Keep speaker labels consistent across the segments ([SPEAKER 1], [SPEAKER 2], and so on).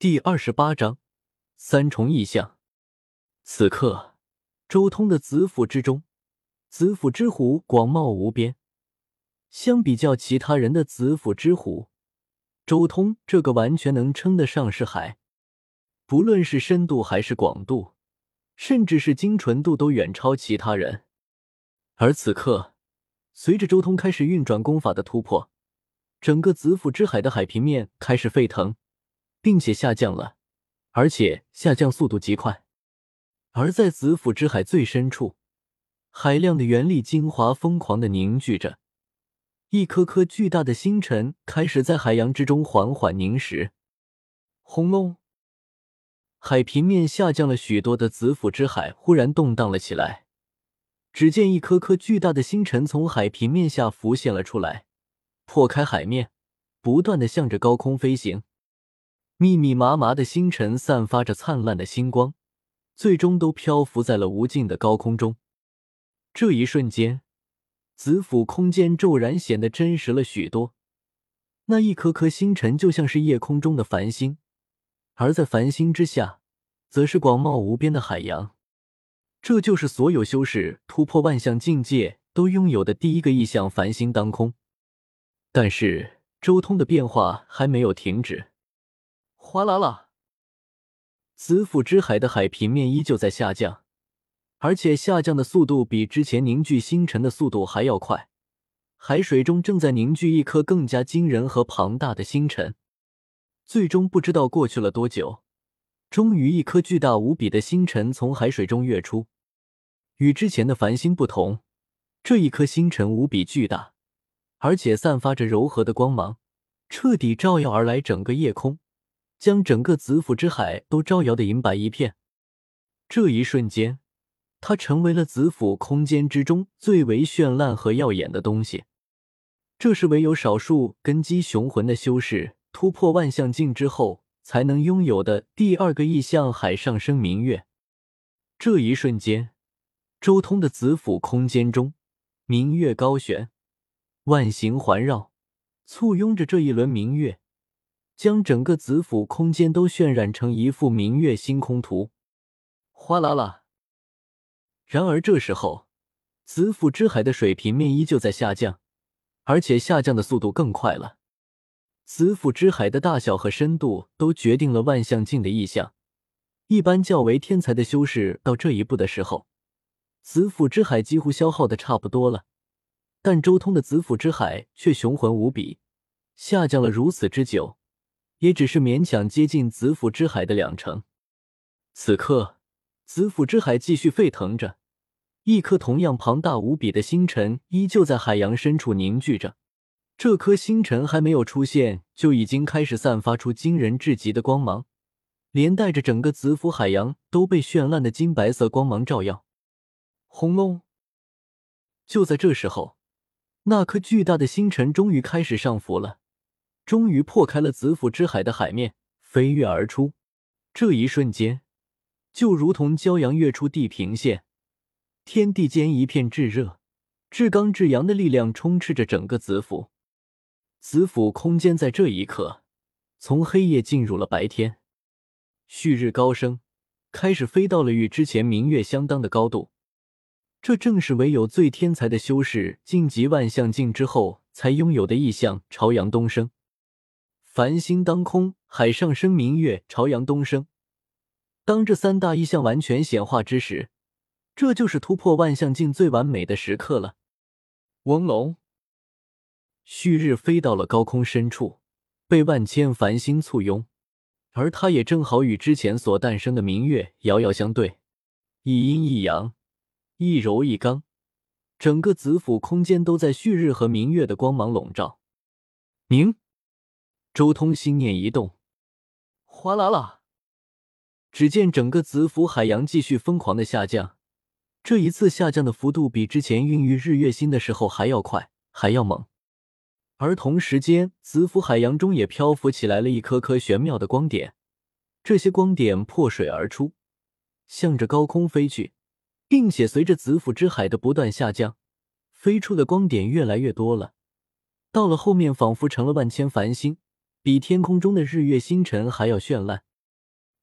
[SPEAKER 1] 第28章三重异象。此刻，周通的紫府之中，紫府之湖广袤无边。相比较其他人的紫府之湖，周通这个完全能称得上是海，不论是深度还是广度，甚至是精纯度都远超其他人。而此刻，随着周通开始运转功法的突破，整个紫府之海的海平面开始沸腾，并且下降了，而且下降速度极快。而在紫府之海最深处，海量的元力精华疯狂地凝聚着，一颗颗巨大的星辰开始在海洋之中缓缓凝实。轰隆！海平面下降了许多的紫府之海忽然动荡了起来，只见一颗颗巨大的星辰从海平面下浮现了出来，破开海面，不断地向着高空飞行。密密麻麻的星辰散发着灿烂的星光，最终都漂浮在了无尽的高空中。这一瞬间，紫府空间骤然显得真实了许多。那一颗颗星辰就像是夜空中的繁星，而在繁星之下，则是广袤无边的海洋。这就是所有修士突破万象境界都拥有的第一个异象——繁星当空。但是周通的变化还没有停止。哗啦啦，紫府之海的海平面依旧在下降，而且下降的速度比之前凝聚星辰的速度还要快。海水中正在凝聚一颗更加惊人和庞大的星辰。最终不知道过去了多久，终于一颗巨大无比的星辰从海水中跃出。与之前的繁星不同，这一颗星辰无比巨大，而且散发着柔和的光芒，彻底照耀而来整个夜空，将整个紫府之海都照耀得银白一片。这一瞬间，它成为了紫府空间之中最为绚烂和耀眼的东西。这是唯有少数根基雄浑的修士突破万象境之后才能拥有的第二个异象——海上升明月。这一瞬间，周通的紫府空间中，明月高悬，万形环绕，簇拥着这一轮明月，将整个紫府空间都渲染成一幅明月星空图。哗啦啦！然而这时候，紫府之海的水平面依旧在下降，而且下降的速度更快了。紫府之海的大小和深度都决定了万象境的异象。一般较为天才的修士到这一步的时候，紫府之海几乎消耗的差不多了，但周通的紫府之海却雄浑无比，下降了如此之久，也只是勉强接近紫府之海的2成。此刻，紫府之海继续沸腾着，一颗同样庞大无比的星辰依旧在海洋深处凝聚着。这颗星辰还没有出现，就已经开始散发出惊人至极的光芒，连带着整个紫府海洋都被绚烂的金白色光芒照耀。轰隆！就在这时候，那颗巨大的星辰终于开始上浮了，终于破开了紫府之海的海面，飞跃而出。这一瞬间，就如同骄阳跃出地平线，天地间一片炙热，至刚至阳的力量充斥着整个紫府。紫府空间在这一刻从黑夜进入了白天，旭日高升，开始飞到了与之前明月相当的高度。这正是唯有最天才的修士晋级万象境之后才拥有的异象——朝阳东升。繁星当空，海上升明月，朝阳东升。当这三大异象完全显化之时，这就是突破万象境最完美的时刻了。嗡隆！旭日飞到了高空深处，被万千繁星簇拥，而它也正好与之前所诞生的明月遥遥相对，一阴一阳，一柔一刚，整个紫府空间都在旭日和明月的光芒笼罩。明！周通心念一动，哗啦啦！只见整个紫府海洋继续疯狂的下降，这一次下降的幅度比之前孕育日月星的时候还要快，还要猛。而同时间，紫府海洋中也漂浮起来了一颗颗玄妙的光点，这些光点破水而出，向着高空飞去，并且随着紫府之海的不断下降，飞出的光点越来越多了，到了后面仿佛成了万千繁星，比天空中的日月星辰还要绚烂。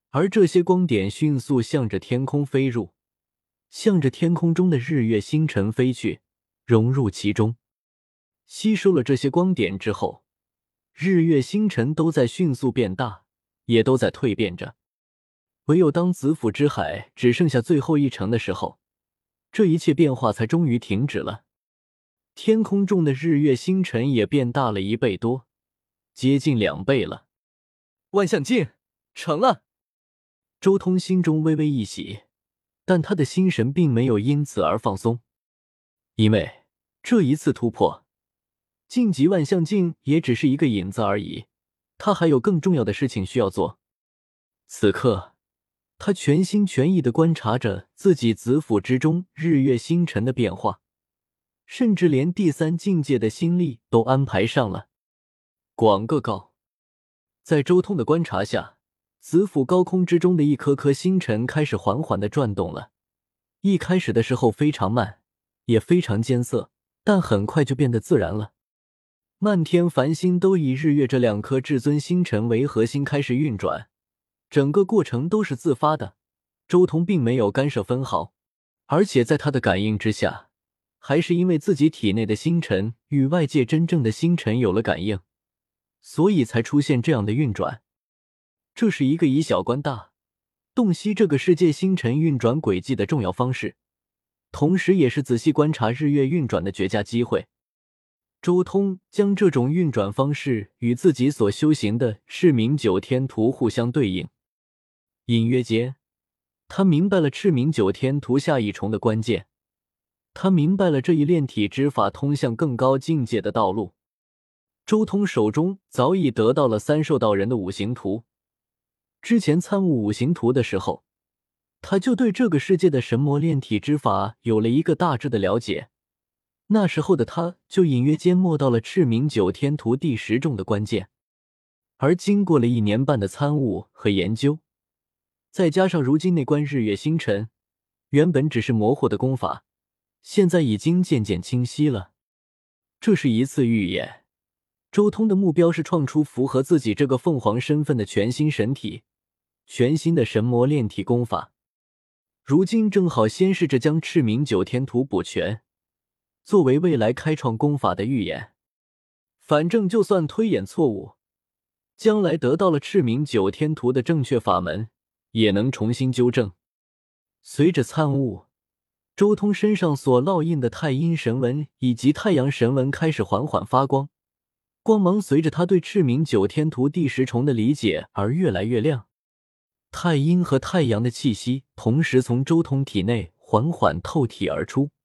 [SPEAKER 1] 而这些光点迅速向着天空飞入，向着天空中的日月星辰飞去，融入其中。吸收了这些光点之后，日月星辰都在迅速变大，也都在蜕变着。唯有当紫府之海只剩下最后一层的时候，这一切变化才终于停止了。天空中的日月星辰也变大了1倍多，接近2倍了。万象镜成了！周通心中微微一喜，但他的心神并没有因此而放松，因为这一次突破，晋级万象镜也只是一个引子而已，他还有更重要的事情需要做。此刻，他全心全意地观察着自己紫府之中日月星辰的变化，甚至连第3境界的心力都安排上了。广个高，在周通的观察下，紫府高空之中的一颗颗星辰开始缓缓地转动了。一开始的时候非常慢，也非常艰涩，但很快就变得自然了。漫天繁星都以日月这2颗至尊星辰为核心开始运转，整个过程都是自发的，周通并没有干涉分毫，而且在他的感应之下，还是因为自己体内的星辰与外界真正的星辰有了感应，所以才出现这样的运转。这是一个以小观大，洞悉这个世界星辰运转轨迹的重要方式，同时也是仔细观察日月运转的绝佳机会。周通将这种运转方式与自己所修行的赤冥九天图互相对应，隐约间，他明白了赤冥九天图下一重的关键，他明白了这一炼体之法通向更高境界的道路。周通手中早已得到了3兽道人的五行图，之前参悟五行图的时候，他就对这个世界的神魔炼体之法有了一个大致的了解。那时候的他就隐约间摸到了赤冥九天图第10重的关键，而经过了1年半的参悟和研究，再加上如今那关日月星辰，原本只是模糊的功法，现在已经渐渐清晰了。这是一次预演，周通的目标是创出符合自己这个凤凰身份的全新神体，全新的神魔炼体功法。如今正好先试着将赤冥九天图补全，作为未来开创功法的预演。反正就算推演错误，将来得到了赤冥九天图的正确法门，也能重新纠正。随着参悟，周通身上所烙印的太阴神纹以及太阳神纹开始缓缓发光，光芒随着他对赤冥九天图第10重的理解而越来越亮。太阴和太阳的气息同时从周通体内缓缓透体而出，